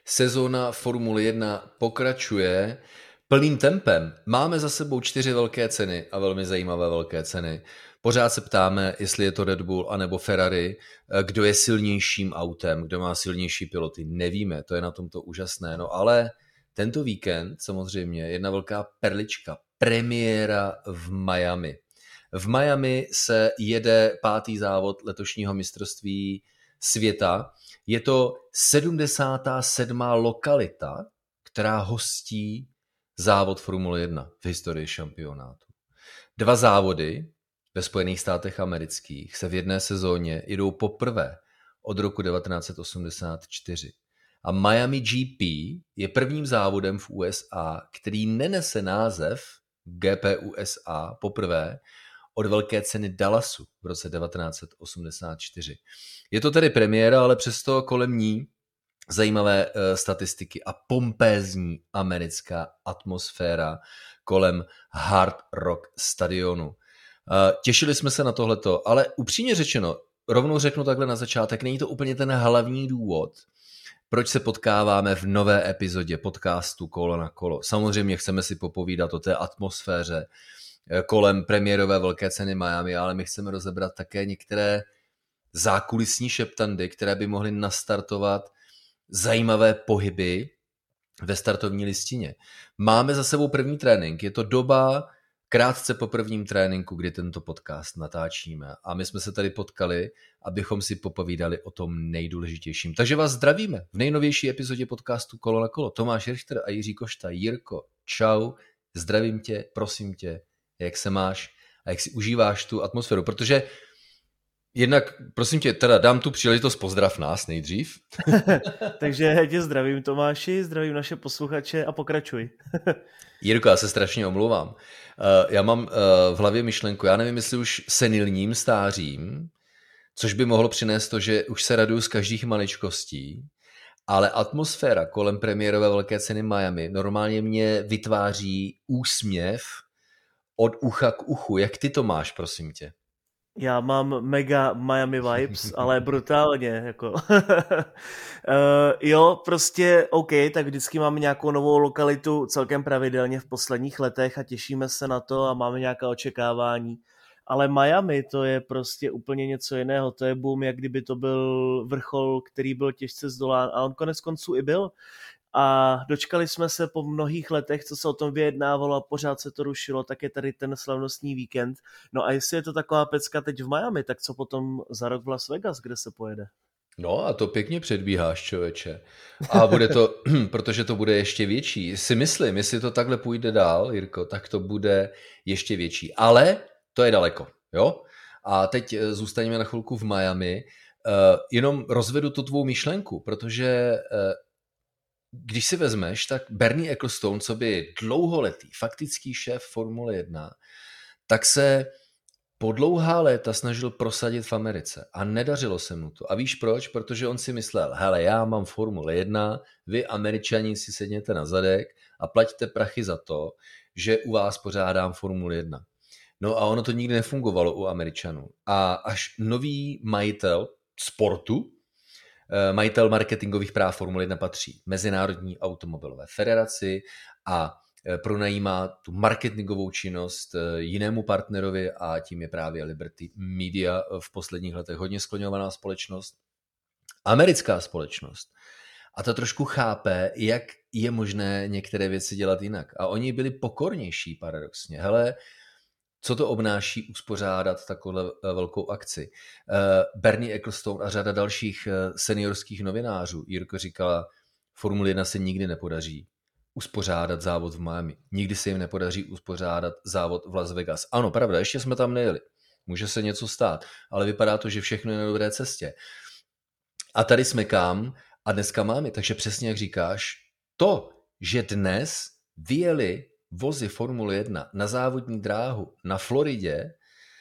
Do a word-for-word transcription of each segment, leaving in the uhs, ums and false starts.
Sezóna Formule jedna pokračuje plným tempem. Máme za sebou čtyři velké ceny a velmi zajímavé velké ceny. Pořád se ptáme, jestli je to Red Bull anebo Ferrari, kdo je silnějším autem, kdo má silnější piloty. Nevíme, to je na tomto úžasné. No ale tento víkend samozřejmě jedna velká perlička, premiéra v Miami. V Miami se jede pátý závod letošního mistrovství světa. Je to sedmdesátá sedmá lokalita, která hostí závod Formule jedna v historii šampionátu. Dva závody ve Spojených státech amerických se v jedné sezóně jedou poprvé od roku devatenáct set osmdesát čtyři. A Miami G P je prvním závodem v U S A, který nenese název G P U S A poprvé od velké ceny Dallasu v roce devatenáct set osmdesát čtyři. Je to tedy premiéra, ale přesto kolem ní zajímavé uh, statistiky a pompézní americká atmosféra kolem Hard Rock stadionu. Uh, těšili jsme se na tohleto, ale upřímně řečeno, rovnou řeknu takhle na začátek, není to úplně ten hlavní důvod, proč se potkáváme v nové epizodě podcastu Kolo na kolo. Samozřejmě chceme si popovídat o té atmosféře kolem premiérové velké ceny Miami, ale my chceme rozebrat také některé zákulisní šeptandy, které by mohly nastartovat zajímavé pohyby ve startovní listině. Máme za sebou první trénink, je to doba krátce po prvním tréninku, kdy tento podcast natáčíme a my jsme se tady potkali, abychom si popovídali o tom nejdůležitějším. Takže vás zdravíme v nejnovější epizodě podcastu Kolo na kolo. Tomáš Richter a Jiří Košta. Jirko, čau, zdravím tě, prosím tě, jak se máš a jak si užíváš tu atmosféru, protože jednak, prosím tě, teda dám tu příležitost, pozdrav nás nejdřív. Takže já tě zdravím, Tomáši, zdravím naše posluchače a pokračuj. Jirko, já se strašně omlouvám. Já mám v hlavě myšlenku, já nevím, jestli už senilním stářím, což by mohlo přinést to, že už se raduju z každých maličkostí, ale atmosféra kolem premiérové velké ceny Miami normálně mě vytváří úsměv od ucha k uchu. Jak ty to máš, prosím tě? Já mám mega Miami vibes, ale brutálně, jako. uh, jo, prostě OK, tak vždycky máme nějakou novou lokalitu celkem pravidelně v posledních letech a těšíme se na to a máme nějaká očekávání. Ale Miami, to je prostě úplně něco jiného. To je boom, jak kdyby to byl vrchol, který byl těžce zdolán. A on konec konců i byl. A dočkali jsme se po mnohých letech, co se o tom vyjednávalo a pořád se to rušilo, tak je tady ten slavnostní víkend. No a jestli je to taková pecka teď v Miami, tak co potom za rok v Las Vegas, kde se pojede? No a to pěkně předbíháš, člověče. A bude to, protože to bude ještě větší. Si myslím, jestli to takhle půjde dál, Jirko, tak to bude ještě větší. Ale to je daleko, jo? A teď zůstaneme na chvilku v Miami. Uh, jenom rozvedu tu tvou myšlenku, protože uh, když si vezmeš, tak Bernie Ecclestone, co by dlouholetý faktický šéf Formule jedna, tak se po dlouhá léta snažil prosadit v Americe a nedařilo se mu to. A víš proč? Protože on si myslel, hele, já mám Formule jedna, vy Američani si sedněte na zadek a plaťte prachy za to, že u vás pořádám Formule jedna. No a ono to nikdy nefungovalo u Američanů. A až nový majitel sportu, majitel marketingových práv Formule jedna patří Mezinárodní automobilové federaci a pronajímá tu marketingovou činnost jinému partnerovi a tím je právě Liberty Media, v posledních letech hodně skloňovaná společnost. Americká společnost. A ta trošku chápe, jak je možné některé věci dělat jinak. A oni byli pokornější paradoxně. Hele, co to obnáší uspořádat takovou velkou akci? Bernie Ecclestone a řada dalších seniorských novinářů, Jirko říkala, Formule jedna se nikdy nepodaří uspořádat závod v Miami. Nikdy se jim nepodaří uspořádat závod v Las Vegas. Ano, pravda, ještě jsme tam nejeli. Může se něco stát, ale vypadá to, že všechno je na dobré cestě. A tady jsme kam a dneska máme. Takže přesně jak říkáš, to, že dnes vyjeli vozy Formule jedna na závodní dráhu na Floridě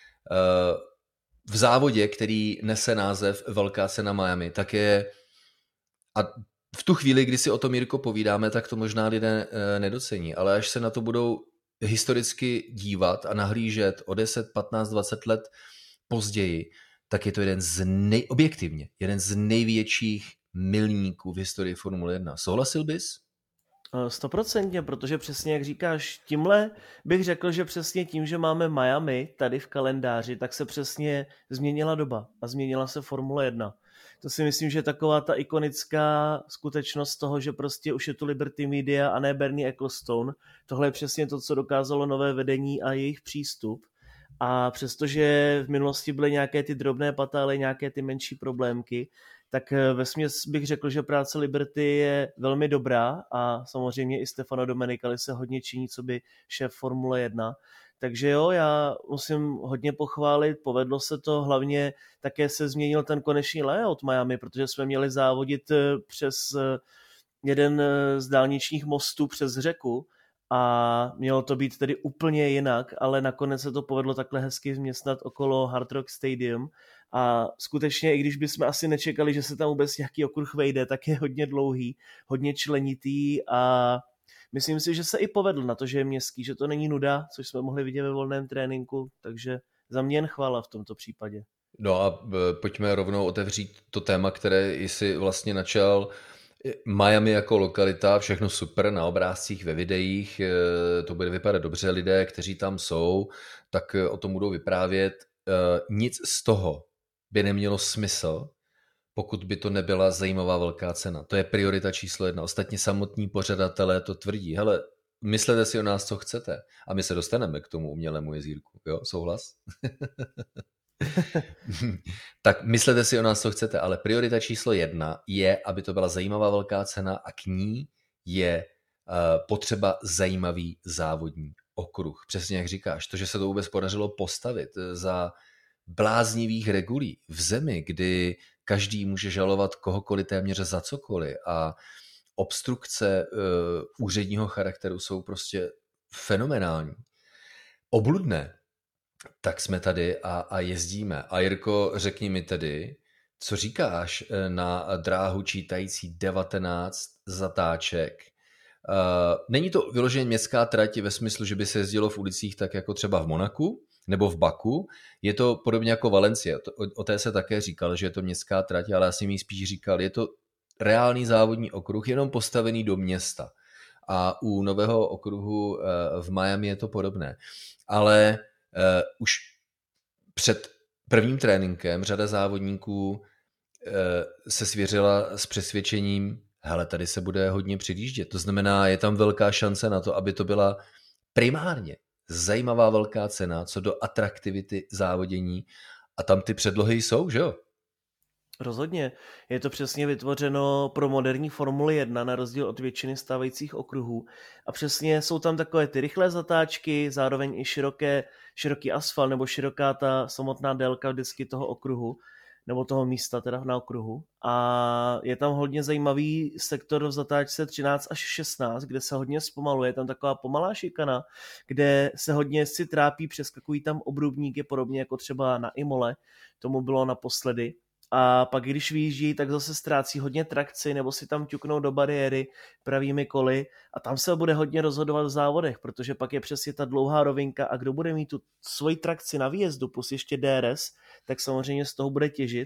v závodě, který nese název Velká cena Miami, tak je a v tu chvíli, kdy si o tom, Jirko, povídáme, tak to možná lidé nedocení, ale až se na to budou historicky dívat a nahlížet o deset, patnáct, dvacet let později, tak je to jeden z nej, objektivně, jeden z největších milníků v historii Formule jedna. Souhlasil bys? Stoprocentně, protože přesně jak říkáš, tímhle bych řekl, že přesně tím, že máme Miami tady v kalendáři, tak se přesně změnila doba a změnila se Formule jedna. To si myslím, že je taková ta ikonická skutečnost toho, že prostě už je tu Liberty Media a ne Bernie Ecclestone. Tohle je přesně to, co dokázalo nové vedení a jejich přístup. A přestože v minulosti byly nějaké ty drobné patály, nějaké ty menší problémky, tak vesměs bych řekl, že práce Liberty je velmi dobrá a samozřejmě i Stefano Domenicali se hodně činí, co by šéf Formule jedna. Takže jo, já musím hodně pochválit, povedlo se to, hlavně také se změnil ten konečný layout Miami, protože jsme měli závodit přes jeden z dálničních mostů přes řeku a mělo to být tedy úplně jinak, ale nakonec se to povedlo takhle hezky změstnat okolo Hard Rock Stadium a skutečně, i když bychom asi nečekali, že se tam vůbec nějaký okruh vejde, tak je hodně dlouhý, hodně členitý a myslím si, že se i povedl na to, že je městský, že to není nuda, což jsme mohli vidět ve volném tréninku, takže za mě jen chvála v tomto případě. No a pojďme rovnou otevřít to téma, které jsi vlastně načal. Miami jako lokalita, všechno super na obrázcích, ve videích, to bude vypadat dobře, lidé, kteří tam jsou, tak o tom budou vyprávět. Nic z toho by nemělo smysl, pokud by to nebyla zajímavá velká cena. To je priorita číslo jedna. Ostatně samotní pořadatelé to tvrdí. Hele, myslete si o nás, co chcete. A my se dostaneme k tomu umělému jezírku. Jo, souhlas? Tak myslete si o nás, co chcete, ale priorita číslo jedna je, aby to byla zajímavá velká cena a k ní je uh, potřeba zajímavý závodní okruh. Přesně jak říkáš, to, že se to vůbec podařilo postavit za bláznivých regulí v zemi, kdy každý může žalovat kohokoliv téměř za cokoliv a obstrukce uh, úředního charakteru jsou prostě fenomenální. Obludné. Tak jsme tady a, a jezdíme. A Jirko, řekni mi tedy, co říkáš na dráhu čítající devatenáct zatáček. Uh, není to vyloženě městská trať ve smyslu, že by se jezdilo v ulicích tak jako třeba v Monaku nebo v Baku. Je to podobně jako Valencie. O, o té se také říkal, že je to městská trať, ale já jsem jí spíš říkal, je to reálný závodní okruh, jenom postavený do města. A u nového okruhu uh, v Miami je to podobné. Ale Uh, už před prvním tréninkem řada závodníků uh, se svěřila s přesvědčením, hele, tady se bude hodně předjíždět. To znamená, je tam velká šance na to, aby to byla primárně zajímavá velká cena co do atraktivity závodění a tam ty předlohy jsou, že jo? Rozhodně. Je to přesně vytvořeno pro moderní Formuli jedna na rozdíl od většiny stávajících okruhů. A přesně jsou tam takové ty rychlé zatáčky, zároveň i široké, široký asfalt nebo široká ta samotná délka vždycky toho okruhu, nebo toho místa teda na okruhu. A je tam hodně zajímavý sektor v zatáčce třináct až šestnáct, kde se hodně zpomaluje. Je tam taková pomalá šikana, kde se hodně si trápí, přeskakují tam obrubníky, podobně jako třeba na Imole. Tomu bylo naposledy. A pak když vyjíždí, tak zase ztrácí hodně trakci nebo si tam ťuknou do bariéry pravými koly a tam se bude hodně rozhodovat v závodech, protože pak je přesně ta dlouhá rovinka a kdo bude mít tu svoji trakci na výjezdu plus ještě D R S, tak samozřejmě z toho bude těžit.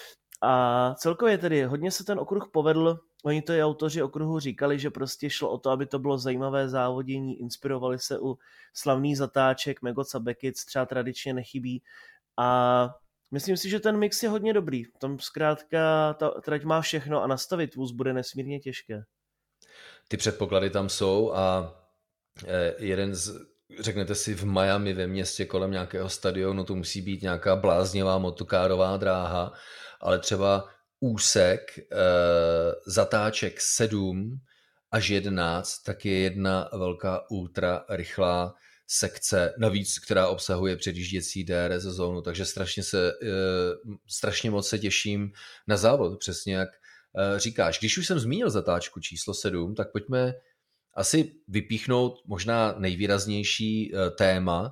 A celkově tedy hodně se ten okruh povedl, oni to i autoři okruhu říkali, že prostě šlo o to, aby to bylo zajímavé závodění, inspirovali se u slavných zatáček, Megoca Beckett třeba tradičně nechybí a myslím si, že ten mix je hodně dobrý. Tam zkrátka ta trať má všechno a nastavit vůz bude nesmírně těžké. Ty předpoklady tam jsou a jeden z, řeknete si v Miami ve městě kolem nějakého stadionu, to musí být nějaká bláznivá motokárová dráha, ale třeba úsek e, zatáček sedm až jedenáct, tak je jedna velká ultra rychlá sekce, navíc, která obsahuje předjížděcí D R S zónu, takže strašně, se, strašně moc se těším na závod, přesně jak říkáš. Když už jsem zmínil zatáčku číslo sedm, tak pojďme asi vypíchnout možná nejvýraznější téma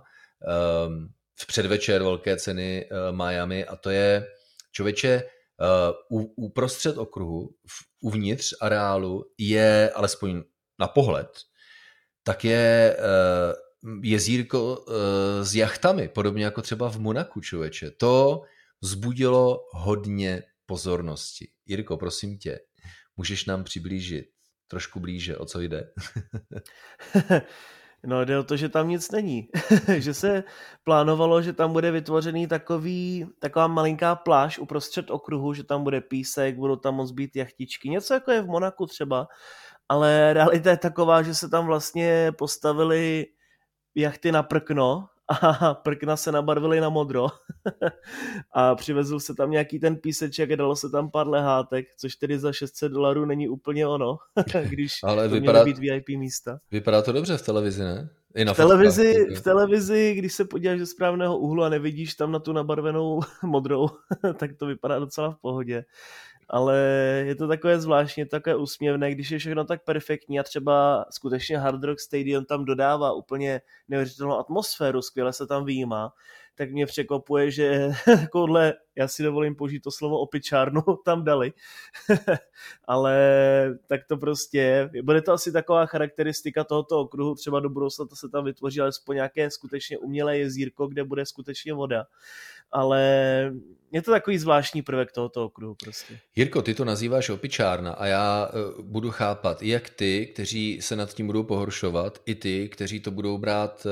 v předvečer velké ceny Miami a to je, člověče, uprostřed okruhu, uvnitř areálu je, alespoň na pohled, tak je jezírko uh, s jachtami, podobně jako třeba v Monaku, člověče. To vzbudilo hodně pozornosti. Jirko, prosím tě, můžeš nám přiblížit trošku blíže, o co jde? No jde o to, že tam nic není. Že se plánovalo, že tam bude vytvořený takový, taková malinká pláž uprostřed okruhu, že tam bude písek, budou tam moc být jachtičky, něco jako je v Monaku třeba, ale realita je taková, že se tam vlastně postavily jachty na prkno a prkna se nabarvily na modro a přivezl se tam nějaký ten píseček a dalo se tam pár lehátek, což tedy za šest set dolarů není úplně ono, když ale to vypadá, měly být V I P místa. Vypadá to dobře v televizi, ne? I na v, televizi, v televizi, když se podíváš ze správného úhlu a nevidíš tam na tu nabarvenou modrou, tak to vypadá docela v pohodě. Ale je to takové zvláštně, takové úsměvné, když je všechno tak perfektní a třeba skutečně Hard Rock Stadium tam dodává úplně neuvěřitelnou atmosféru, skvěle se tam vyjímá, tak mě překvapuje, že takovouhle, já si dovolím použít to slovo opičárnu, tam dali. Ale tak to prostě je. Bude to asi taková charakteristika tohoto okruhu, třeba do budoucna to se tam vytvoří alespoň nějaké skutečně umělé jezírko, kde bude skutečně voda. Ale je to takový zvláštní prvek tohoto okruhu prostě. Jirko, ty to nazýváš opičárna a já uh, budu chápat jak ty, kteří se nad tím budou pohoršovat, i ty, kteří to budou brát, uh,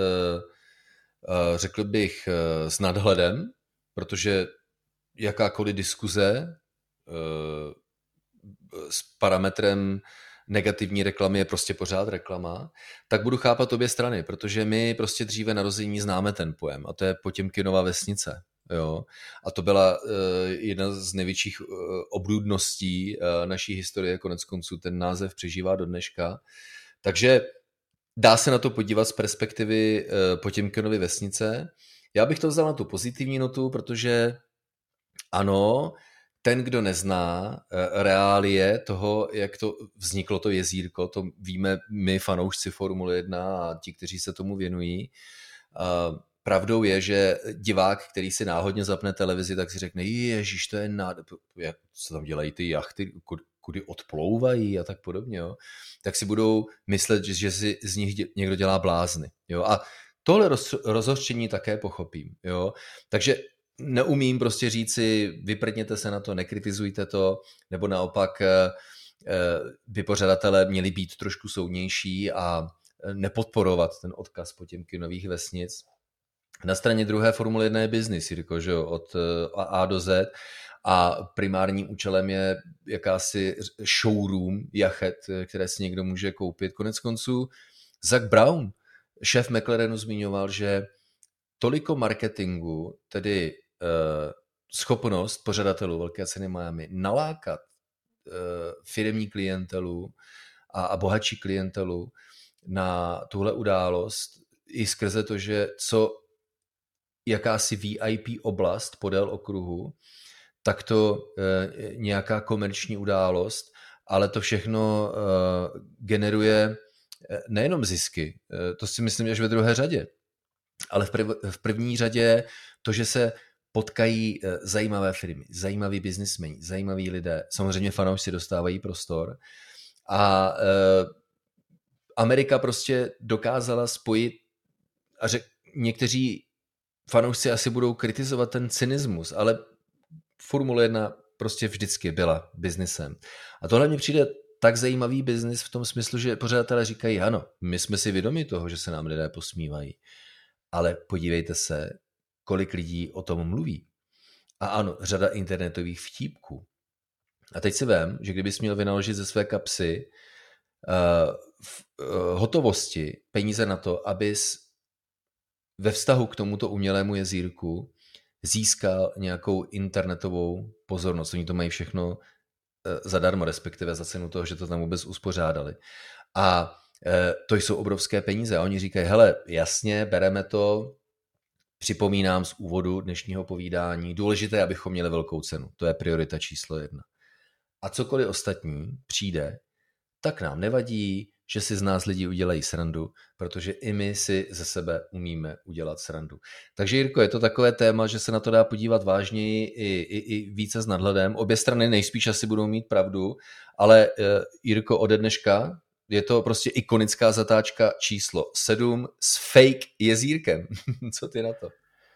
uh, řekl bych, uh, s nadhledem, protože jakákoliv diskuze uh, s parametrem negativní reklamy je prostě pořád reklama, tak budu chápat obě strany, protože my prostě dříve narození známe ten pojem a to je Potěmkinova vesnice. Jo? A to byla uh, jedna z největších uh, obludností uh, naší historie, konec konců ten název přežívá do dneška. Takže dá se na to podívat z perspektivy uh, Potěmkinovy vesnice. Já bych to vzal na tu pozitivní notu, protože ano, ten, kdo nezná uh, reálie toho, jak to vzniklo to jezírko, to víme my, fanoušci Formule jedna a ti, kteří se tomu věnují. Uh, Pravdou je, že divák, který si náhodně zapne televizi, tak si řekne, ježiš, to je nádherné, jak se tam dělají ty jachty, kudy odplouvají a tak podobně, jo? Tak si budou myslet, že si z nich někdo dělá blázny. Jo? A tohle roz, rozhořčení také pochopím. Jo? Takže neumím prostě říci, vyprdněte se na to, nekritizujte to, nebo naopak by pořadatelé měli být trošku soudnější a nepodporovat ten odkaz Potěmkinových vesnic. Na straně druhé Formule jedna je business, Jirko, že jo, od A do Z a primárním účelem je jakási showroom jachet, které si někdo může koupit. Konec konců Zak Brown, šéf McLarenu, zmiňoval, že toliko marketingu, tedy uh, schopnost pořadatelů Velké ceny Miami nalákat uh, firemní klientelu a, a bohatší klientelu na tuhle událost i skrze to, že co jakási V I P oblast podél okruhu, tak to e, nějaká komerční událost, ale to všechno e, generuje nejenom zisky, e, to si myslím, že ve druhé řadě, ale v, prv, v první řadě to, že se potkají e, zajímavé firmy, zajímaví biznismeni, zajímaví lidé, samozřejmě fanoušci dostávají prostor a e, Amerika prostě dokázala spojit a řek, někteří fanoušci asi budou kritizovat ten cynismus, ale Formule jedna prostě vždycky byla biznisem. A tohle mi přijde tak zajímavý biznis v tom smyslu, že pořadatelé říkají, ano, my jsme si vědomi toho, že se nám lidé posmívají, ale podívejte se, kolik lidí o tom mluví. A ano, řada internetových vtípků. A teď si vem, že kdybys měl vynaložit ze své kapsy uh, v, uh, hotovosti, peníze na to, abys ve vztahu k tomuto umělému jezírku získal nějakou internetovou pozornost. Oni to mají všechno zadarmo, respektive za cenu toho, že to tam vůbec uspořádali. A to jsou obrovské peníze. A oni říkají, hele, jasně, bereme to, připomínám z úvodu dnešního povídání, důležité, abychom měli velkou cenu. To je priorita číslo jedna. A cokoliv ostatní přijde, tak nám nevadí, že si z nás lidi udělají srandu, protože i my si ze sebe umíme udělat srandu. Takže Jirko, je to takové téma, že se na to dá podívat vážněji i, i, i více s nadhledem. Obě strany nejspíš asi budou mít pravdu, ale Jirko, ode dneška je to prostě ikonická zatáčka číslo sedm s fake jezírkem. Co ty na to?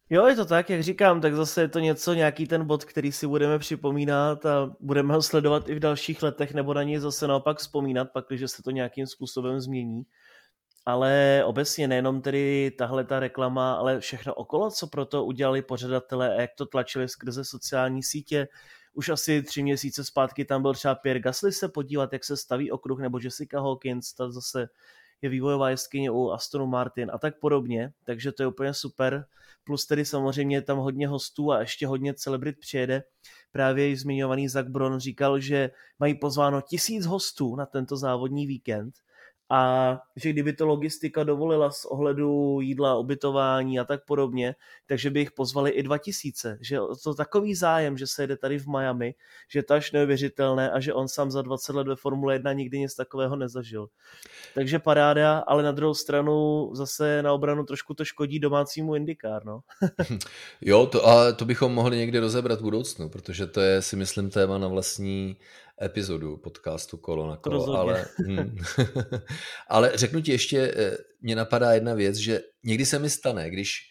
Jo, je to tak, jak říkám, tak zase je to něco, nějaký ten bod, který si budeme připomínat a budeme ho sledovat i v dalších letech, nebo na něj zase naopak vzpomínat, pak, když se to nějakým způsobem změní. Ale obecně nejenom tedy tahle ta reklama, ale všechno okolo, co pro to udělali pořadatelé a jak to tlačili skrze sociální sítě. Už asi tři měsíce zpátky tam byl třeba Pierre Gasly se podívat, jak se staví okruh, nebo Jessica Hawkins, ta zase je vývojová jeskyně u Astonu Martin a tak podobně, takže to je úplně super. Plus tedy samozřejmě je tam hodně hostů a ještě hodně celebrit přijede. Právě již zmiňovaný Zach Brown říkal, že mají pozváno tisíc hostů na tento závodní víkend a že kdyby to logistika dovolila z ohledu jídla, ubytování a tak podobně, takže by jich pozvali i dva tisíce. Že to takový zájem, že se jede tady v Miami, že to až neuvěřitelné a že on sám za dvacet let ve Formule jedna nikdy nic takového nezažil. Takže paráda, ale na druhou stranu zase na obranu trošku to škodí domácímu IndyCar, no. Jo, to, a to bychom mohli někdy rozebrat v budoucnu, protože to je, si myslím, téma na vlastní epizodu podcastu Kolo na kolo. Ale, hm. ale řeknu ti ještě, mě napadá jedna věc, že někdy se mi stane, když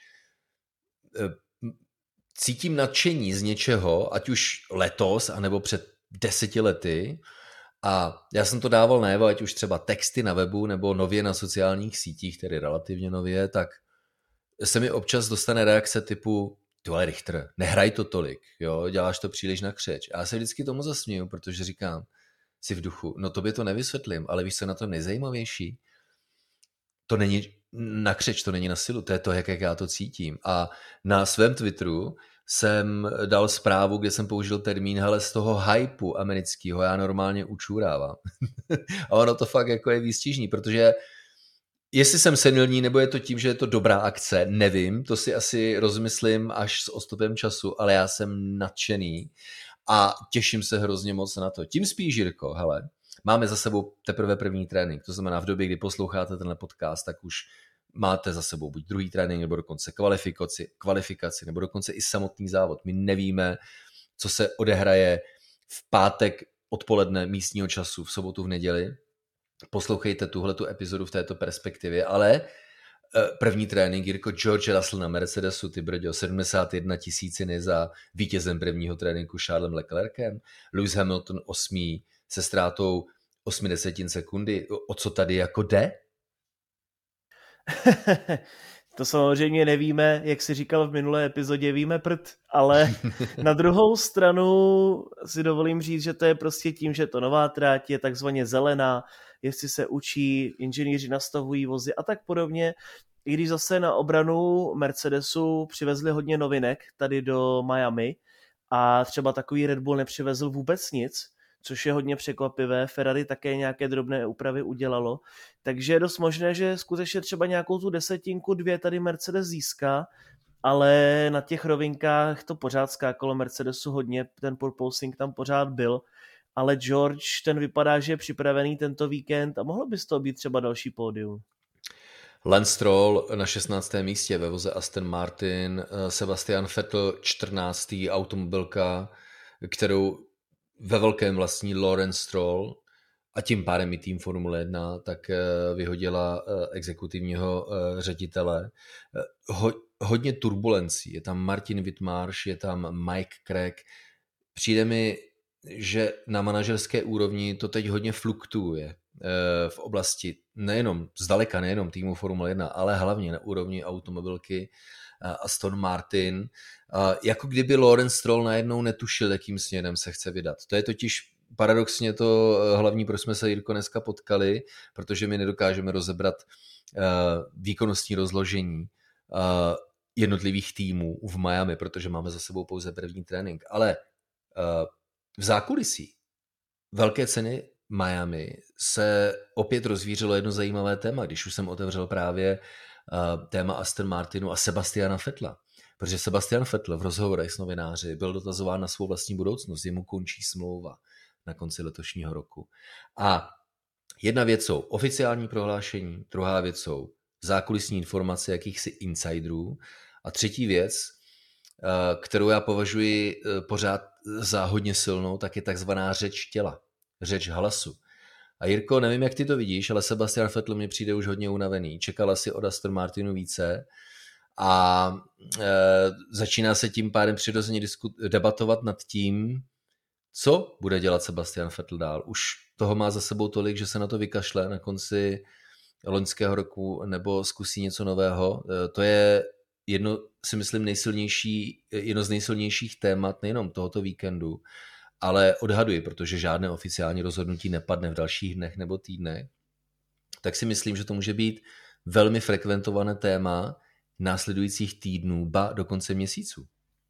cítím nadšení z něčeho, ať už letos, anebo před deseti lety, a já jsem to dával najevo, ať už třeba texty na webu, nebo nově na sociálních sítích, tedy relativně nově, tak se mi občas dostane reakce typu Tohle Richter, nehraj to tolik, jo, děláš to příliš na křeč. A já se vždycky tomu zasměju, protože říkám si v duchu, no tobě to nevysvětlím, ale víš, co na to nejzajímavější? To není na křeč, to není na silu, to je to, jak, jak já to cítím. A na svém Twitteru jsem dal zprávu, kde jsem použil termín, hele, z toho hypeu amerického já normálně učurávám. A ono to fakt jako je výstižný, protože jestli jsem senilní, nebo je to tím, že je to dobrá akce, nevím, to si asi rozmyslím až s odstupem času, ale já jsem nadšený a těším se hrozně moc na to. Tím spíš, Jirko, hele, máme za sebou teprve první trénink, to znamená v době, kdy posloucháte tenhle podcast, tak už máte za sebou buď druhý trénink, nebo dokonce kvalifikaci, kvalifikaci, nebo dokonce i samotný závod. My nevíme, co se odehraje v pátek odpoledne místního času, v sobotu, v neděli. Poslouchejte tuhletu epizodu v této perspektivě, ale první trénink, Jirko, George Russell na Mercedesu, ty brďo, sedmdesát jedna tisíciny za vítězem prvního tréninku Charlesem Leclercem, Lewis Hamilton osmý se ztrátou osmi desetin sekundy. O co tady jako jde? To samozřejmě nevíme, jak jsi říkal v minulé epizodě, víme prd, ale na druhou stranu si dovolím říct, že to je prostě tím, že to nová tráť je takzvaně zelená, jestli se učí, inženýři nastavují vozy a tak podobně. I když zase na obranu Mercedesu přivezli hodně novinek tady do Miami a třeba takový Red Bull nepřivezl vůbec nic, což je hodně překvapivé. Ferrari také nějaké drobné úpravy udělalo, takže je dost možné, že skutečně třeba nějakou tu desetinku, dvě tady Mercedes získá, ale na těch rovinkách to pořád skákalo Mercedesu hodně, ten purposing tam pořád byl, ale George, ten vypadá, že je připravený tento víkend a mohlo by z toho být třeba další pódium. Lance Stroll na šestnáctém místě ve voze Aston Martin, Sebastian Vettel čtrnáctý automobilka, kterou ve velkém vlastní Lawrence Stroll a tím pádem i tým Formule jedna, tak vyhodila exekutivního ředitele. Ho, hodně turbulencí. Je tam Martin Whitmarsh, je tam Mike Craig. Přijde mi, že na manažerské úrovni to teď hodně fluktuuje v oblasti nejenom, zdaleka nejenom týmu Formule jedna, ale hlavně na úrovni automobilky Aston Martin. Jako kdyby Lawrence Stroll najednou netušil, jakým směrem se chce vydat. To je totiž paradoxně to hlavní, proč jsme se, Jirko, dneska potkali, protože my nedokážeme rozebrat výkonnostní rozložení jednotlivých týmů v Miami, protože máme za sebou pouze první trénink. Ale v zákulisí velké ceny Miami se opět rozvířilo jedno zajímavé téma, když už jsem otevřel právě uh, téma Aston Martinu a Sebastiana Vettela. Protože Sebastian Vettel v rozhovorech s novináři byl dotazován na svou vlastní budoucnost, jemu končí smlouva na konci letošního roku. A jedna věc jsou oficiální prohlášení, druhá věc jsou zákulisní informace jakýchsi insiderů a třetí věc, uh, kterou já považuji uh, pořád za hodně silnou, tak je takzvaná řeč těla. Řeč hlasu. A Jirko, nevím, jak ty to vidíš, ale Sebastian Vettel mi přijde už hodně unavený. Čekala si od Aston Martinu více A e, začíná se tím pádem přirozeně disku- debatovat nad tím, co bude dělat Sebastian Vettel dál. Už toho má za sebou tolik, že se na to vykašle na konci loňského roku nebo zkusí něco nového. E, to je jedno, si myslím, nejsilnější, jedno z nejsilnějších témat nejenom tohoto víkendu, ale odhaduji, protože žádné oficiální rozhodnutí nepadne v dalších dnech nebo týdnech, tak si myslím, že to může být velmi frekventované téma následujících týdnů, ba dokonce měsíců.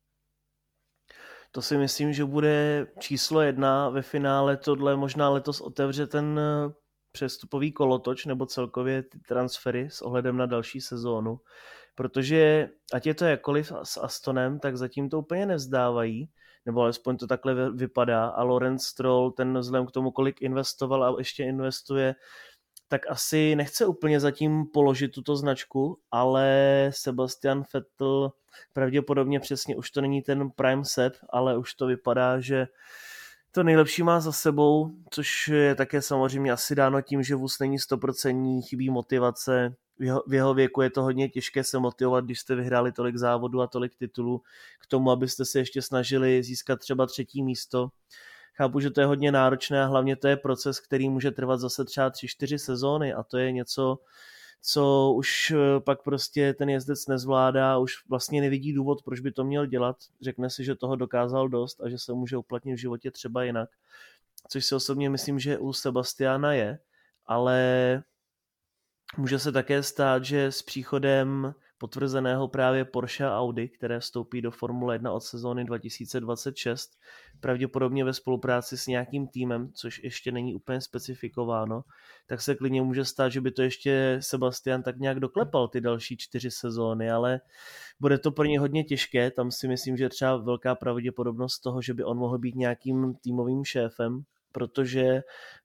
To si myslím, že bude číslo jedna ve finále. Tohle možná letos otevře ten přestupový kolotoč nebo celkově ty transfery s ohledem na další sezónu. Protože ať je to jakkoliv s Astonem, tak zatím to úplně nevzdávají, nebo alespoň to takhle vypadá. A Lawrence Stroll, ten vzhledem k tomu, kolik investoval a ještě investuje, tak asi nechce úplně zatím položit tuto značku, ale Sebastian Vettel pravděpodobně přesně už to není ten prime set, ale už to vypadá, že to nejlepší má za sebou, což je také samozřejmě asi dáno tím, že vůz není sto procent, chybí motivace. V jeho, v jeho věku je to hodně těžké se motivovat, když jste vyhráli tolik závodů a tolik titulů k tomu, abyste se ještě snažili získat třeba třetí místo. Chápu, že to je hodně náročné a hlavně to je proces, který může trvat zase třeba tři čtyři sezóny a to je něco, co už pak prostě ten jezdec nezvládá, už vlastně nevidí důvod, proč by to měl dělat. Řekne si, že toho dokázal dost a že se může uplatnit v životě třeba jinak. Což si osobně myslím, že u Sebastiana je, ale může se také stát, že s příchodem potvrzeného právě Porsche a Audi, které vstoupí do Formule jedna od sezóny dva tisíce dvacet šest, pravděpodobně ve spolupráci s nějakým týmem, což ještě není úplně specifikováno, tak se klidně může stát, že by to ještě Sebastian tak nějak doklepal ty další čtyři sezóny, ale bude to pro ně hodně těžké, tam si myslím, že třeba velká pravděpodobnost toho, že by on mohl být nějakým týmovým šéfem, protože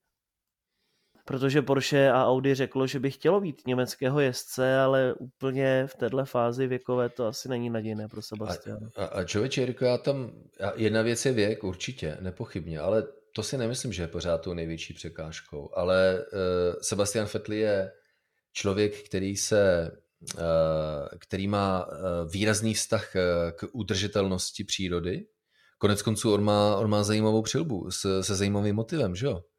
protože Porsche a Audi řeklo, že by chtělo být německého jezdce, ale úplně v této fázi věkové to asi není nadějné pro Sebastiana. A, a, a člověče, Jirko, já tam, jedna věc je věk, určitě, nepochybně, ale to si nemyslím, že je pořád tou největší překážkou, ale uh, Sebastian Vettel je člověk, který se, uh, který má uh, výrazný vztah uh, k udržitelnosti přírody. Konec konců on má, on má zajímavou přilbu s, se zajímavým motivem, že jo?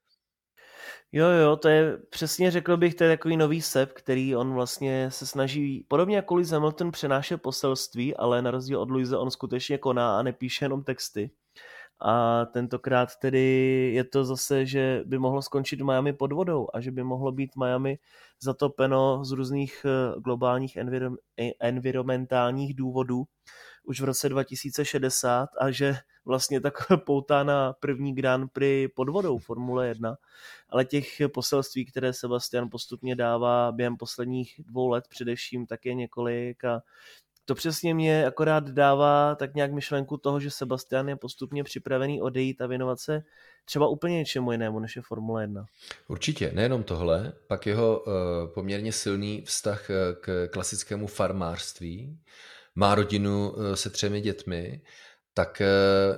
Jo, jo, to je přesně, řekl bych, to je takový nový sep, který on vlastně se snaží, podobně jako Lewis Hamilton, přenášet poselství, ale na rozdíl od Luise on skutečně koná a nepíše jenom texty. A tentokrát tedy je to zase, že by mohlo skončit Miami pod vodou a že by mohlo být Miami zatopeno z různých globálních envirom- environmentálních důvodů už v roce dva tisíce šedesát a že vlastně tak poutá na první Grand Prix pod vodou Formule jedna. Ale těch poselství, které Sebastian postupně dává během posledních dvou let především, tak je několik a to přesně mě akorát dává tak nějak myšlenku toho, že Sebastian je postupně připravený odejít a věnovat se třeba úplně něčemu jinému, než je Formule jedna. Určitě, nejenom tohle, pak jeho uh, poměrně silný vztah k klasickému farmářství, má rodinu uh, se třemi dětmi, tak uh,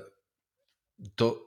to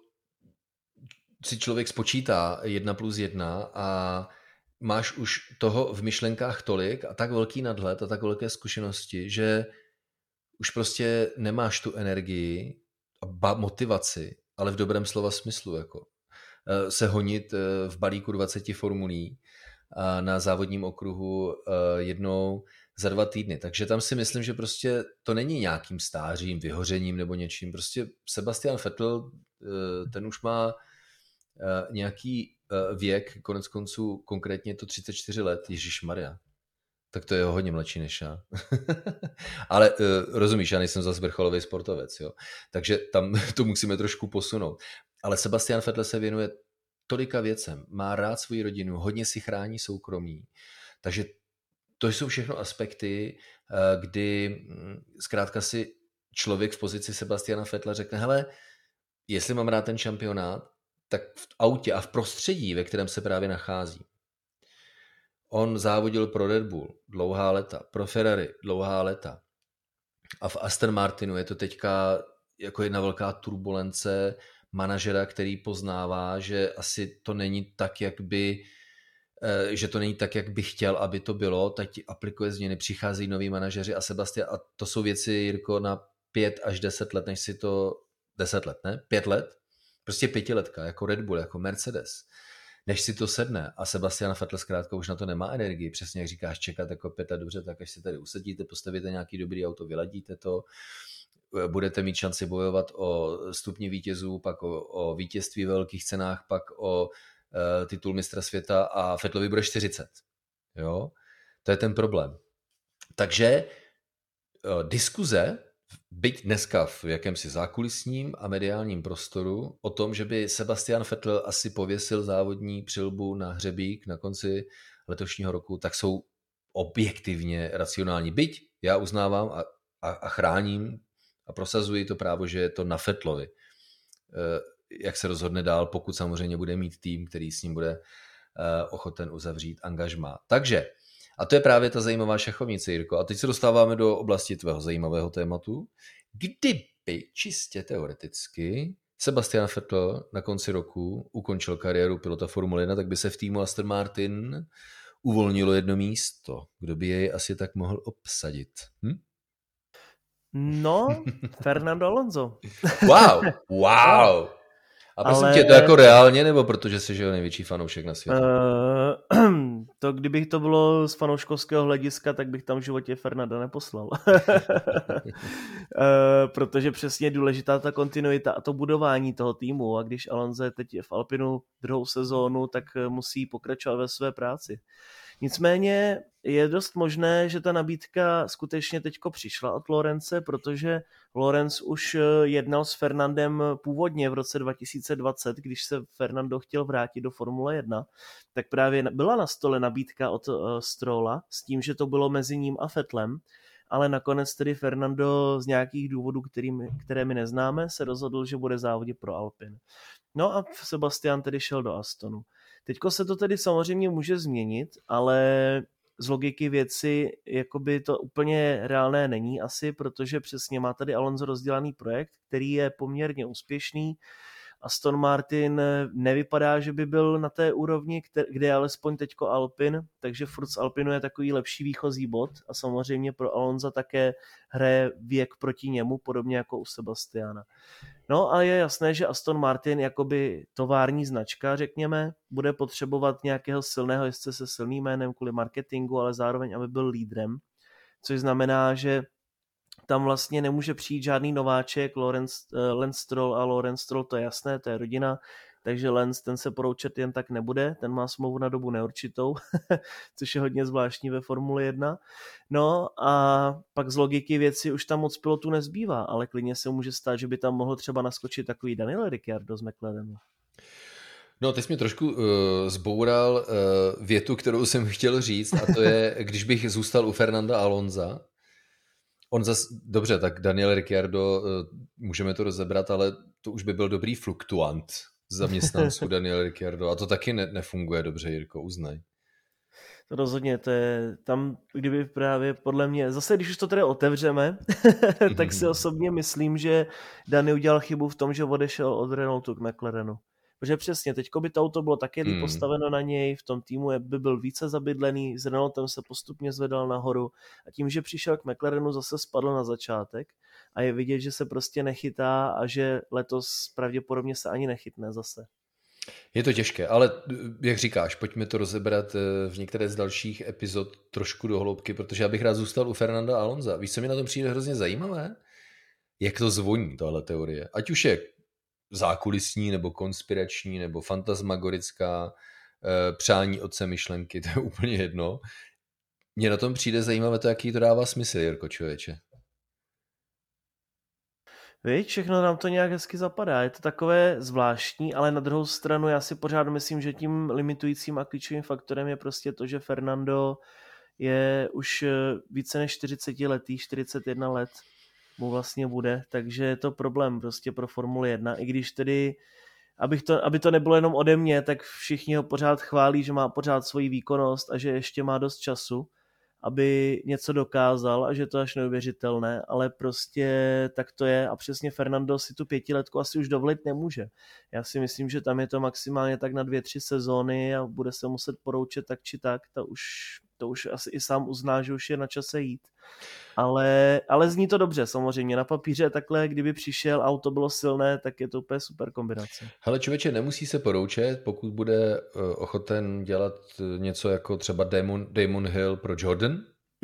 si člověk spočítá jedna plus jedna a máš už toho v myšlenkách tolik a tak velký nadhled a tak velké zkušenosti, že už prostě nemáš tu energii a motivaci, ale v dobrém slova smyslu, jako se honit v balíku dvacet formulí na závodním okruhu jednou za dva týdny. Takže tam si myslím, že prostě to není nějakým stářím, vyhořením nebo něčím. Prostě Sebastian Vettel, ten už má nějaký věk, konec konců konkrétně to třicet čtyři let, ježišmarja. Tak to je hodně mladší než já. Ale uh, rozumíš, já nejsem zase vrcholový sportovec, jo. Takže tam to musíme trošku posunout. Ale Sebastian Vettel se věnuje tolika věcem, má rád svoji rodinu, hodně si chrání soukromí. Takže to jsou všechno aspekty, uh, kdy zkrátka si člověk v pozici Sebastiana Vettela řekne, hele, jestli mám rád ten šampionát, tak v autě a v prostředí, ve kterém se právě nachází. On závodil pro Red Bull dlouhá léta, pro Ferrari dlouhá léta. A v Aston Martinu je to teďka jako jedna velká turbulence manažera, který poznává, že asi to není tak, jak by že to není tak, jak bych chtěl, aby to bylo, teď aplikuje změny, přicházejí noví manažeři a Sebastian, a to jsou věci, Jirko, na pět až deset let, než si to, deset let, ne? Pět let? Prostě pětiletka, jako Red Bull, jako Mercedes. Než si to sedne a Sebastian Vettel zkrátka už na to nemá energii, přesně jak říkáš, čekat jako pět let, dobře, tak až se tady usadíte, postavíte nějaký dobrý auto, vyladíte to, budete mít šanci bojovat o stupni vítězů, pak o, o vítězství ve velkých cenách, pak o uh, titul mistra světa a Vettelovi bude čtyřicet. Jo? To je ten problém. Takže uh, diskuze, byť dneska v jakémsi zákulisním a mediálním prostoru, o tom, že by Sebastian Vettel asi pověsil závodní přilbu na hřebík na konci letošního roku, tak jsou objektivně racionální. Byť já uznávám a, a, a chráním a prosazuji to právo, že je to na Vettelovi. Jak se rozhodne dál, pokud samozřejmě bude mít tým, který s ním bude ochoten uzavřít angažmá. Takže, a to je právě ta zajímavá šachovnice, Jirko. A teď se dostáváme do oblasti tvého zajímavého tématu. Kdyby čistě teoreticky Sebastian Vettel na konci roku ukončil kariéru pilota Formule jedna, tak by se v týmu Aston Martin uvolnilo jedno místo. Kdo by jej asi tak mohl obsadit? Hm? No, Fernando Alonso. Wow, wow. A prosím Ale... tě, to jako reálně, nebo protože jsi že největší fanoušek na světě? Uh, to kdybych to bylo z fanouškovského hlediska, tak bych tam v životě Fernanda neposlal. uh, protože přesně je důležitá ta kontinuita a to budování toho týmu. A když Alonso je teď v Alpinu druhou sezónu, tak musí pokračovat ve své práci. Nicméně je dost možné, že ta nabídka skutečně teďko přišla od Lorence, protože Lorenz už jednal s Fernandem původně v roce dva tisíce dvacet, když se Fernando chtěl vrátit do Formule jedna, tak právě byla na stole nabídka od Strolla s tím, že to bylo mezi ním a Vettelem, ale nakonec tedy Fernando z nějakých důvodů, kterými, které my neznáme, se rozhodl, že bude závodit pro Alpine. No a Sebastian tedy šel do Astonu. Teďko se to tedy samozřejmě může změnit, ale z logiky věci jakoby to úplně reálné není asi, protože přesně má tady Alonso rozdělaný projekt, který je poměrně úspěšný. Aston Martin nevypadá, že by byl na té úrovni, kde je alespoň teďko Alpine, takže furt z Alpinu je takový lepší výchozí bod a samozřejmě pro Alonsa také hraje věk proti němu, podobně jako u Sebastiana. No a je jasné, že Aston Martin jakoby tovární značka, řekněme, bude potřebovat nějakého silného jezdce se silným jménem kvůli marketingu, ale zároveň, aby byl lídrem, což znamená, že tam vlastně nemůže přijít žádný nováček, Lawrence, uh, Lance Stroll a Lawrence Stroll, to je jasné, to je rodina, takže Lance ten se poroučet jen tak nebude, ten má smlouvu na dobu neurčitou, což je hodně zvláštní ve Formule jedna. No a pak z logiky věci už tam moc pilotů nezbývá, ale klidně se může stát, že by tam mohl třeba naskočit takový Daniel Ricciardo z McLarenu. No, teď jsi mi trošku uh, zboural uh, větu, kterou jsem chtěl říct, a to je, když bych zůstal u Fernanda Alonsa. On zas, dobře, tak Daniel Ricciardo, můžeme to rozebrat, ale to už by byl dobrý fluktuant zaměstnanců Daniel Ricciardo a to taky ne, nefunguje dobře, Jirko, uznaj. To rozhodně, to je tam, kdyby právě podle mě, zase když už to tedy otevřeme, tak si osobně myslím, že Dani udělal chybu v tom, že odešel od Renaultu k McLarenu. Protože přesně, teďko by to auto bylo také líp postaveno na něj, v tom týmu by byl více zabydlený, s Renaultem se postupně zvedal nahoru a tím, že přišel k McLarenu, zase spadl na začátek a je vidět, že se prostě nechytá a že letos pravděpodobně se ani nechytne zase. Je to těžké, ale jak říkáš, pojďme to rozebrat v některé z dalších epizod trošku do hloubky, protože já bych rád zůstal u Fernanda Alonsa. Víš, co mi na tom přijde hrozně zajímavé? Jak to zvoní, tahle teorie. Ať už je zákulisní, nebo konspirační, nebo fantasmagorická, přání otce myšlenky, to je úplně jedno. Mně na tom přijde zajímavé to, jaký to dává smysl, Jirko, člověče. Víš, všechno nám to nějak hezky zapadá. Je to takové zvláštní, ale na druhou stranu já si pořád myslím, že tím limitujícím a klíčovým faktorem je prostě to, že Fernando je už více než čtyřicetiletý, čtyřicet jedna let mu vlastně bude, takže je to problém prostě pro Formule jedna, i když tedy, abych to, aby to nebylo jenom ode mě, tak všichni ho pořád chválí, že má pořád svoji výkonnost a že ještě má dost času, aby něco dokázal a že to je až neuvěřitelné, ale prostě tak to je a přesně Fernando si tu pětiletku asi už dovolit nemůže. Já si myslím, že tam je to maximálně tak na dvě, tři sezóny a bude se muset poroučet tak či tak, to už, to už asi i sám uzná, že už je na čase jít. Ale, ale zní to dobře, samozřejmě. Na papíře takhle, kdyby přišel a auto bylo silné, tak je to úplně super kombinace. Hele, člověče, nemusí se poroučet, pokud bude ochoten dělat něco jako třeba Damon, Damon Hill pro Jordan.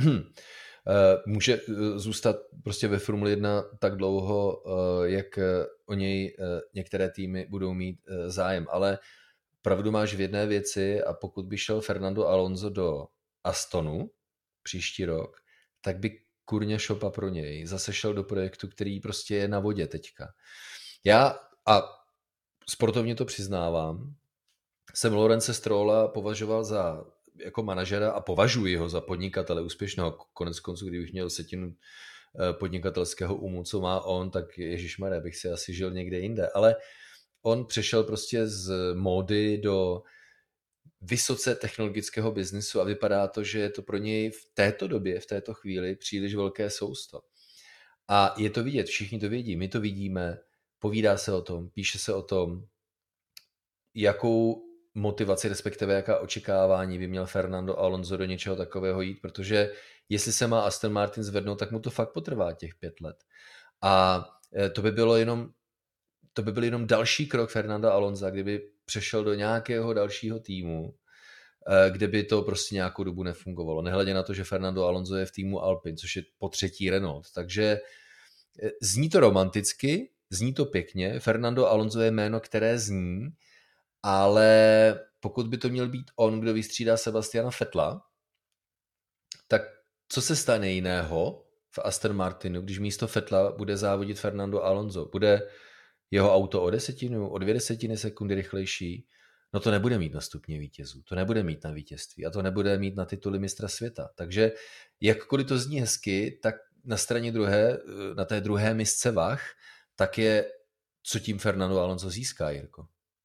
Může zůstat prostě ve Formuli jedna tak dlouho, jak o něj některé týmy budou mít zájem. Ale pravdu máš v jedné věci a pokud by šel Fernando Alonso do Astonu příští rok, tak by kurně šopa pro něj zase šel do projektu, který prostě je na vodě teďka. Já, a sportovně to přiznávám, jsem Lorence Strolla považoval za jako manažera a považuji ho za podnikatele úspěšného. Konec konců, kdybych měl setinu podnikatelského umu, co má on, tak ježišmarja, bych si asi žil někde jinde. Ale on přešel prostě z módy do vysoce technologického biznisu a vypadá to, že je to pro něj v této době, v této chvíli příliš velké sousto. A je to vidět, všichni to vědí, my to vidíme, povídá se o tom, píše se o tom, jakou motivaci, respektive jaká očekávání by měl Fernando Alonso do něčeho takového jít, protože jestli se má Aston Martin zvednout, tak mu to fakt potrvá těch pět let. A to by bylo jenom, to by byl jenom další krok Fernanda Alonsa, kdyby přešel do nějakého dalšího týmu, kde by to prostě nějakou dobu nefungovalo. Nehledě na to, že Fernando Alonso je v týmu Alpine, což je po třetí Renault. Takže zní to romanticky, zní to pěkně. Fernando Alonso je jméno, které zní, ale pokud by to měl být on, kdo vystřídá Sebastiana Vettela, tak co se stane jiného v Aston Martinu, když místo Vettela bude závodit Fernando Alonso? Bude jeho auto o desetinu, o dvě desetiny sekundy rychlejší? No to nebude mít na stupně vítězů, to nebude mít na vítězství a to nebude mít na tituly mistra světa. Takže jakkoliv to zní hezky, tak na straně druhé, na té druhé misce vah, tak je, co tím Fernando Alonso získá, Jirko?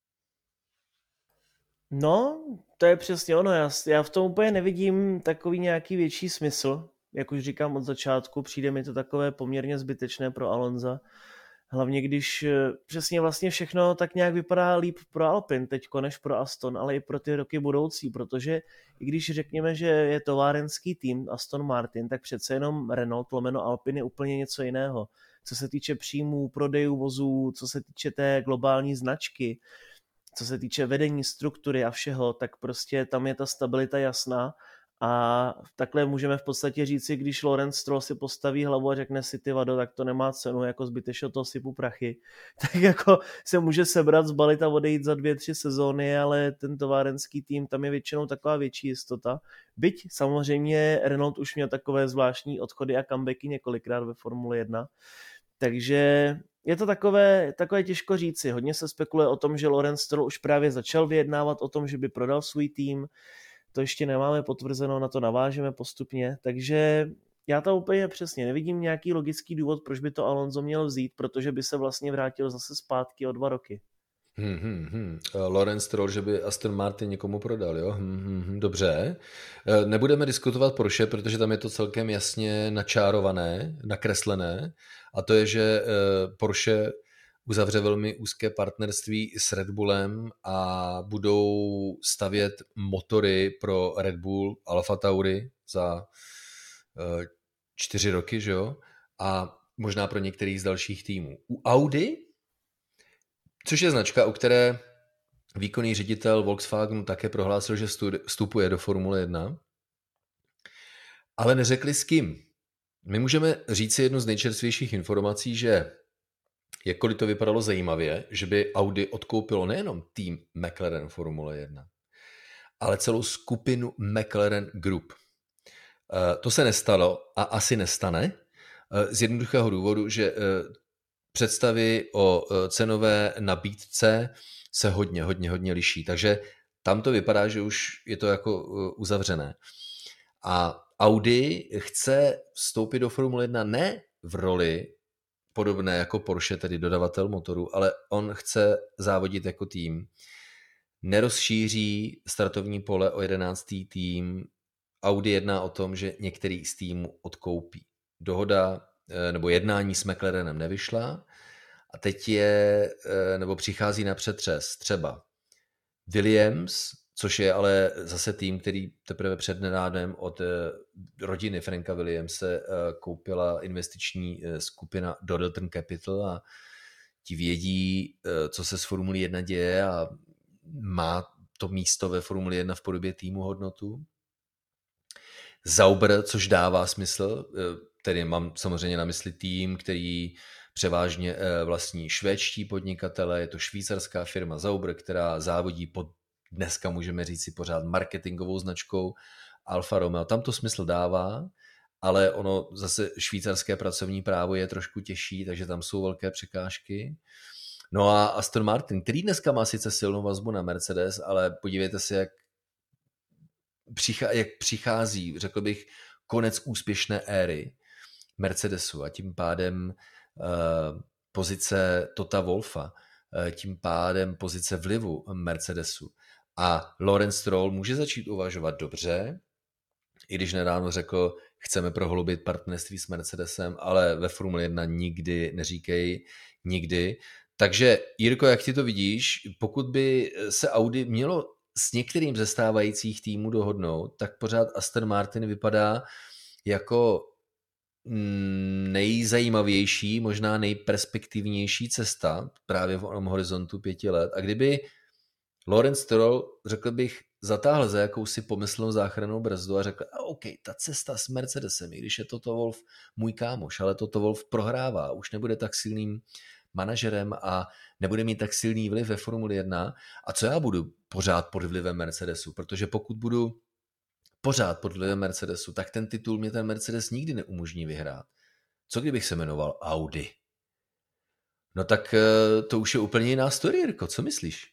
No, to je přesně ono. Já, já v tom úplně nevidím takový nějaký větší smysl. Jak už říkám od začátku, přijde mi to takové poměrně zbytečné pro Alonsa. Hlavně když přesně vlastně všechno tak nějak vypadá líp pro Alpine teďko než pro Aston, ale i pro ty roky budoucí, protože i když řekněme, že je továrenský tým Aston Martin, tak přece jenom Renault lomeno Alpine je úplně něco jiného. Co se týče příjmů, prodejů vozů, co se týče té globální značky, co se týče vedení, struktury a všeho, tak prostě tam je ta stabilita jasná a takhle můžeme v podstatě říci, když Lawrence Stroll si postaví hlavu a řekne si ty vado, tak to nemá cenu, jako zbytečně toho sypu prachy, tak jako se může sebrat, zbalit a odejít za dvě, tři sezóny, ale ten továrenský tým, tam je většinou taková větší jistota. Byť samozřejmě Renault už měl takové zvláštní odchody a comebacky několikrát ve Formule jedna, takže je to takové, takové těžko říci. Hodně se spekuluje o tom, že Lawrence Stroll už právě začal vyjednávat o tom, že by prodal svůj tým. To ještě nemáme potvrzeno, na to navážeme postupně. Takže já to úplně přesně nevidím nějaký logický důvod, proč by to Alonso měl vzít, protože by se vlastně vrátil zase zpátky o dva roky. Hmm, hmm, hmm. Lawrence Stroll, že by Aston Martin někomu prodal, jo? Hmm, hmm, dobře. Nebudeme diskutovat Porsche, protože tam je to celkem jasně načárované, nakreslené. A to je, že Porsche uzavře velmi úzké partnerství s Red Bullem a budou stavět motory pro Red Bull, Alfa Tauri za čtyři roky, že jo? A možná pro některých z dalších týmů. U Audi, což je značka, u které výkonný ředitel Volkswagenu také prohlásil, že vstupuje do Formule jedna, ale neřekli s kým. My můžeme říct si jednu z nejčerstvějších informací, že jakkoliv to vypadalo zajímavě, že by Audi odkoupilo nejenom tým McLaren Formule jedna, ale celou skupinu McLaren Group. To se nestalo a asi nestane z jednoduchého důvodu, že představy o cenové nabídce se hodně, hodně, hodně liší. Takže tam to vypadá, že už je to jako uzavřené. A Audi chce vstoupit do Formule jedna ne v roli podobné jako Porsche, tedy dodavatel motoru, ale on chce závodit jako tým. Nerozšíří startovní pole o jedenáctý tým Audi jedná o tom, že některý z týmu odkoupí. Dohoda nebo jednání s McLarenem nevyšla a teď je, nebo přichází na přetřes třeba Williams, což je ale zase tým, který teprve před nedávnem od rodiny Franka Williamse koupila investiční skupina Dorilton Capital a ti vědí, co se s Formulí jedna děje a má to místo ve Formuli jedna v podobě týmu hodnotu. Sauber, což dává smysl, tedy mám samozřejmě na mysli tým, který převážně vlastní švédští podnikatele, je to švýcarská firma Sauber, která závodí pod, dneska můžeme říct si pořád marketingovou značkou Alfa Romeo. Tam to smysl dává, ale ono zase švýcarské pracovní právo je trošku těžší, takže tam jsou velké překážky. No a Aston Martin, který dneska má sice silnou vazbu na Mercedes, ale podívejte se, jak, přichá, jak přichází, řekl bych, konec úspěšné éry Mercedesu a tím pádem uh, pozice Tota Wolffa, uh, tím pádem pozice vlivu Mercedesu. A Lawrence Stroll může začít uvažovat dobře, i když nedávno řekl, chceme prohloubit partnerství s Mercedesem, ale ve Formule jedna nikdy neříkej nikdy. Takže Jirko, jak ty to vidíš, pokud by se Audi mělo s některým ze stávajících týmů dohodnout, tak pořád Aston Martin vypadá jako nejzajímavější, možná nejperspektivnější cesta právě v onom horizontu pěti let. A kdyby Lawrence Stroll, řekl bych, zatáhl za jakousi pomyslnou záchrannou brzdu a řekl, a OK, ta cesta s Mercedesem, i když je Toto Wolff můj kámoš, ale Toto Wolff prohrává, už nebude tak silným manažerem a nebude mít tak silný vliv ve Formuli jedna. A co já budu pořád pod vlivem Mercedesu? Protože pokud budu pořád pod vlivem Mercedesu, tak ten titul mě ten Mercedes nikdy neumožní vyhrát. Co kdybych se jmenoval Audi? No tak to už je úplně jiná story, Jirko, co myslíš?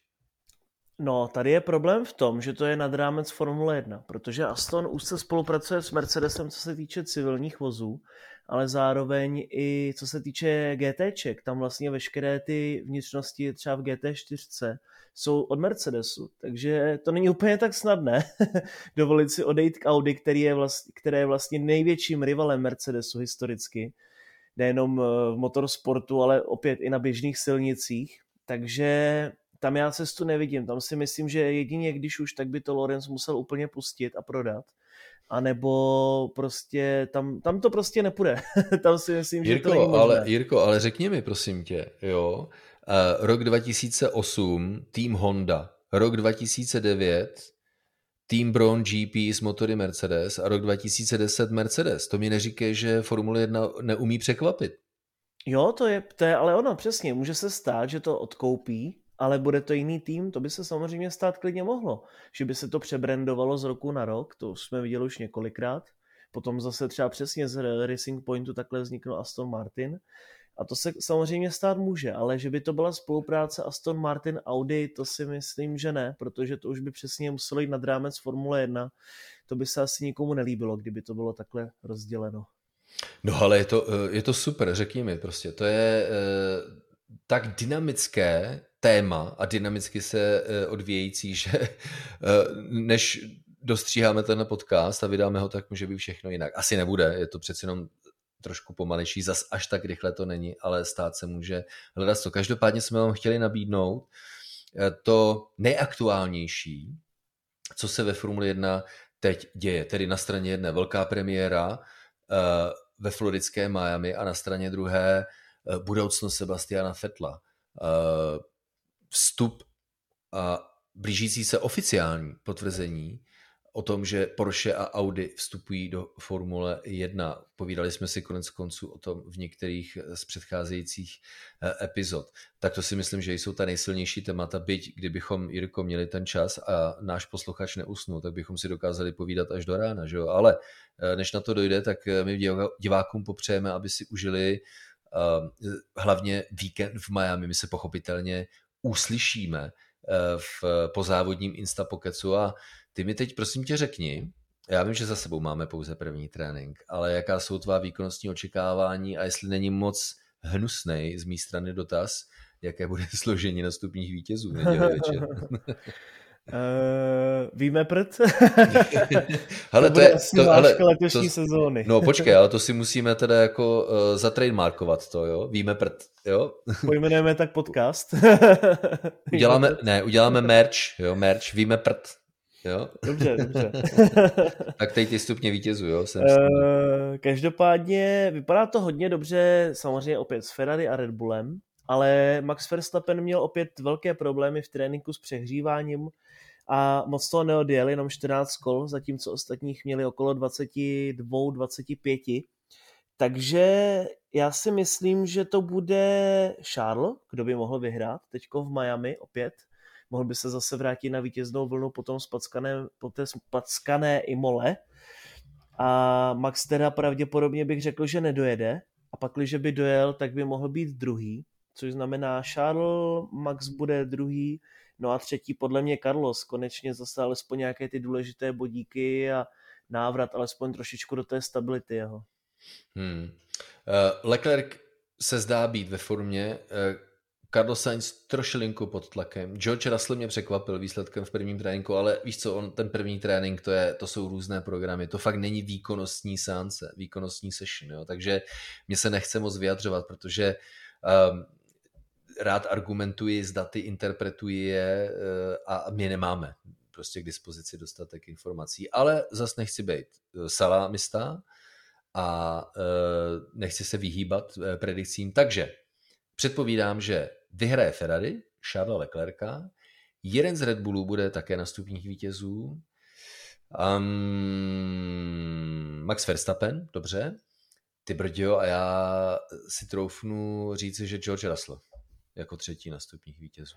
No, tady je problém v tom, že to je nad rámec Formule jedna, protože Aston úzce spolupracuje s Mercedesem, co se týče civilních vozů, ale zároveň i co se týče GTček, tam vlastně veškeré ty vnitřnosti třeba v G T čtyři jsou od Mercedesu, takže to není úplně tak snadné dovolit si odejít k Audi, který je vlastně, které je vlastně největším rivalem Mercedesu historicky, nejenom v motorsportu, ale opět i na běžných silnicích, takže tam já cestu nevidím, tam si myslím, že jedině když už, tak by to Lawrence musel úplně pustit a prodat, anebo prostě tam, tam to prostě nepůjde. Tam si myslím, Jirko, že to není možné. Ale, Jirko, ale řekni mi, prosím tě, jo, uh, rok dva tisíce osm tým Honda, rok dva tisíce devět tým Brown G P s motory Mercedes a rok dva tisíce deset Mercedes. To mi neříkej, že Formule jedna neumí překvapit. Jo, to je, to je ale ono, přesně. Může se stát, že to odkoupí, ale bude to jiný tým, to by se samozřejmě stát klidně mohlo. Že by se to přebrandovalo z roku na rok, to jsme viděli už několikrát. Potom zase třeba přesně z Racing Pointu takhle vznikl Aston Martin. A to se samozřejmě stát může, ale že by to byla spolupráce Aston Martin Audi, to si myslím, že ne, protože to už by přesně muselo jít nad rámec Formule jedna. To by se asi nikomu nelíbilo, kdyby to bylo takhle rozděleno. No ale je to, je to super, řekni mi prostě, to je uh, tak dynamické téma a dynamicky se uh, odvíjející, že uh, než dostříháme ten podcast a vydáme ho, tak může být všechno jinak. Asi nebude, je to přeci jenom trošku pomalejší, zas až tak rychle to není, ale stát se může hledat to. Každopádně jsme vám chtěli nabídnout to nejaktuálnější, co se ve Formule jedna teď děje. Tedy na straně jedné velká premiéra ve floridské Miami a na straně druhé budoucnost Sebastiana Vettela. Vstup a blížící se oficiální potvrzení o tom, že Porsche a Audi vstupují do Formule jedna. Povídali jsme si konec konců o tom v některých z předcházejících epizod. Tak to si myslím, že jsou ta nejsilnější témata, byť kdybychom, Jirko, měli ten čas a náš posluchač neusnul, tak bychom si dokázali povídat až do rána. Že jo? Ale než na to dojde, tak my divákům popřejeme, aby si užili uh, hlavně víkend v Miami. My se pochopitelně uslyšíme uh, v pozávodním Instapokecu a ty mi teď prosím tě řekni, já vím, že za sebou máme pouze první trénink, ale jaká jsou tvá výkonnostní očekávání a jestli není moc hnusnej z mé strany dotaz, jaké bude složení nastupních vítězů v neděli večer? uh, víme prd? Hele, to to bude je, asi to, ale, letošní to, sezóny. No počkej, ale to si musíme teda jako uh, zatrademarkovat to, jo? Víme prd, jo? Pojmenujeme tak podcast. uděláme, ne, uděláme merch, jo? Merch, víme prd, jo? Dobře, dobře. Tak teď ty stupně vítězů, jo? Jsem uh, každopádně vypadá to hodně dobře, samozřejmě opět s Ferrari a Red Bullem, ale Max Verstappen měl opět velké problémy v tréninku s přehříváním a moc toho neodjel, jenom čtrnáct kol, zatímco ostatních měli okolo dvacet dva dvacet pět. Takže já si myslím, že to bude Charles, kdo by mohl vyhrát teďko v Miami opět. Mohl by se zase vrátit na vítěznou vlnu potom spackané, po té spackané Imole. A Max teda pravděpodobně bych řekl, že nedojede. A pak, když by dojel, tak by mohl být druhý. Což znamená Charles, Max bude druhý, no a třetí podle mě Carlos. Konečně zase alespoň nějaké ty důležité bodíky a návrat alespoň trošičku do té stability jeho. Hmm. Uh, Leclerc se zdá být ve formě, uh, Carlos Sainz trošilinku pod tlakem. George Russell mě překvapil výsledkem v prvním tréninku, ale víš co, on, ten první trénink, to, je, to jsou různé programy, to fakt není výkonnostní seance, výkonnostní session, jo? Takže mě se nechce moc vyjadřovat, protože um, rád argumentuji, s daty interpretuji je uh, a my nemáme prostě k dispozici dostatek informací, ale zas nechci být salámista a uh, nechci se vyhýbat uh, predikcím, takže předpovídám, že vyhraje Ferrari, Charlesa Leclerca, jeden z Red Bullů bude také na stupních vítězů, um, Max Verstappen, dobře, ty brďo, a já si troufnu říci, že George Russell jako třetí na stupních vítězů.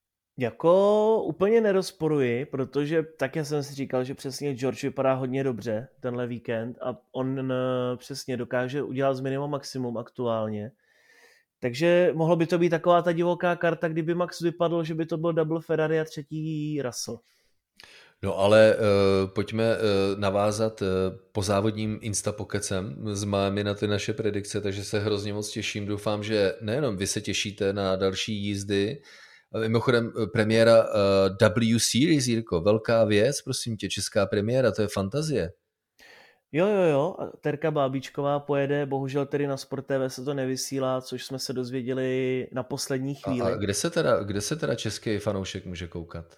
Jako úplně nerozporuji, protože tak já jsem si říkal, že přesně George vypadá hodně dobře tenhle víkend a on přesně dokáže udělat z minimum maximum aktuálně. Takže mohlo by to být taková ta divoká karta, kdyby Max vypadl, že by to byl double Ferrari a třetí Russell. No ale uh, pojďme uh, navázat uh, po závodním instapokecem s Miami na ty naše predikce, takže se hrozně moc těším. Doufám, že nejenom vy se těšíte na další jízdy. Mimochodem premiéra uh, W Series, Jirko, velká věc, prosím tě, česká premiéra, to je fantazie. Jo, jo, jo, Terka Bábíčková pojede, bohužel tedy na Sport T V se to nevysílá, což jsme se dozvěděli na poslední chvíli. A, a kde, se teda, kde se teda český fanoušek může koukat?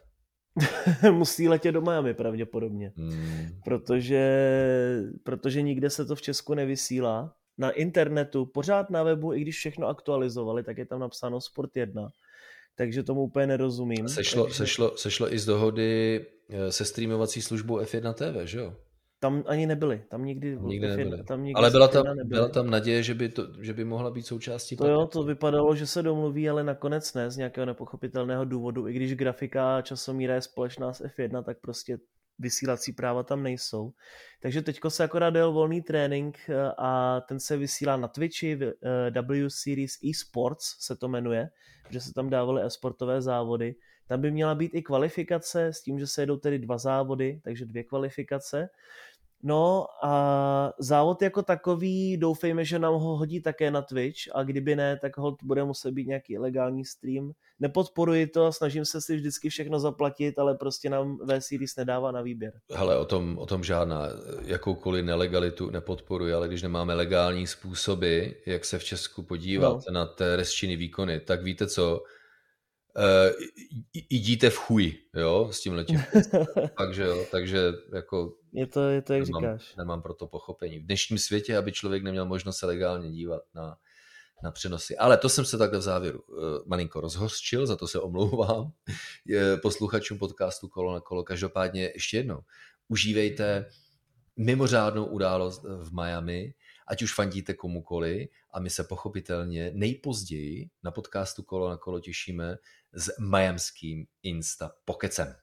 Musí letět do Miami pravděpodobně, hmm. protože, protože nikde se to v Česku nevysílá. Na internetu, pořád na webu, i když všechno aktualizovali, tak je tam napsáno Sport jedna. Takže tomu úplně nerozumím. Sešlo, takže... sešlo, sešlo i z dohody se streamovací službou F jedna T V, že jo? Tam ani nebyli, tam nikdy, tam nikdy nebyli. Tam nikdy ale byla tam, byla tam naděje, že by, to, že by mohla být součástí. To jo, to vypadalo, že se domluví, ale nakonec ne, z nějakého nepochopitelného důvodu. I když grafika a časomíra je společná s F jedna, tak prostě vysílací práva tam nejsou. Takže teďko se akorát dal volný trénink a ten se vysílá na Twitchi, W Series eSports se to jmenuje, že se tam dávaly e-sportové závody. Tam by měla být i kvalifikace s tím, že se jedou tedy dva závody, takže dvě kvalifikace. No a závod jako takový, doufejme, že nám ho hodí také na Twitch a kdyby ne, tak holt bude muset být nějaký ilegální stream. Nepodporuji to, snažím se si vždycky všechno zaplatit, ale prostě nám V-Series nedává na výběr. Hele, o tom, o tom žádná, jakoukoliv nelegalitu nepodporuji, ale když nemáme legální způsoby, jak se v Česku podívat no. na té resčiny výkony, tak víte co, Uh, jdíte v chuj, jo, s tím letím. takže jo, takže jako je to, je to jak nemám, říkáš. Nemám pro to pochopení. V dnešním světě, aby člověk neměl možnost se legálně dívat na, na přenosy. Ale to jsem se takhle v závěru uh, malinko rozhořčil, za to se omlouvám posluchačům podcastu Kolo na kolo. Každopádně ještě jednou, užívejte mimořádnou událost v Miami, ať už fandíte komukoli, a my se pochopitelně nejpozději na podcastu Kolo na kolo těšíme s miamským Insta Pokecem.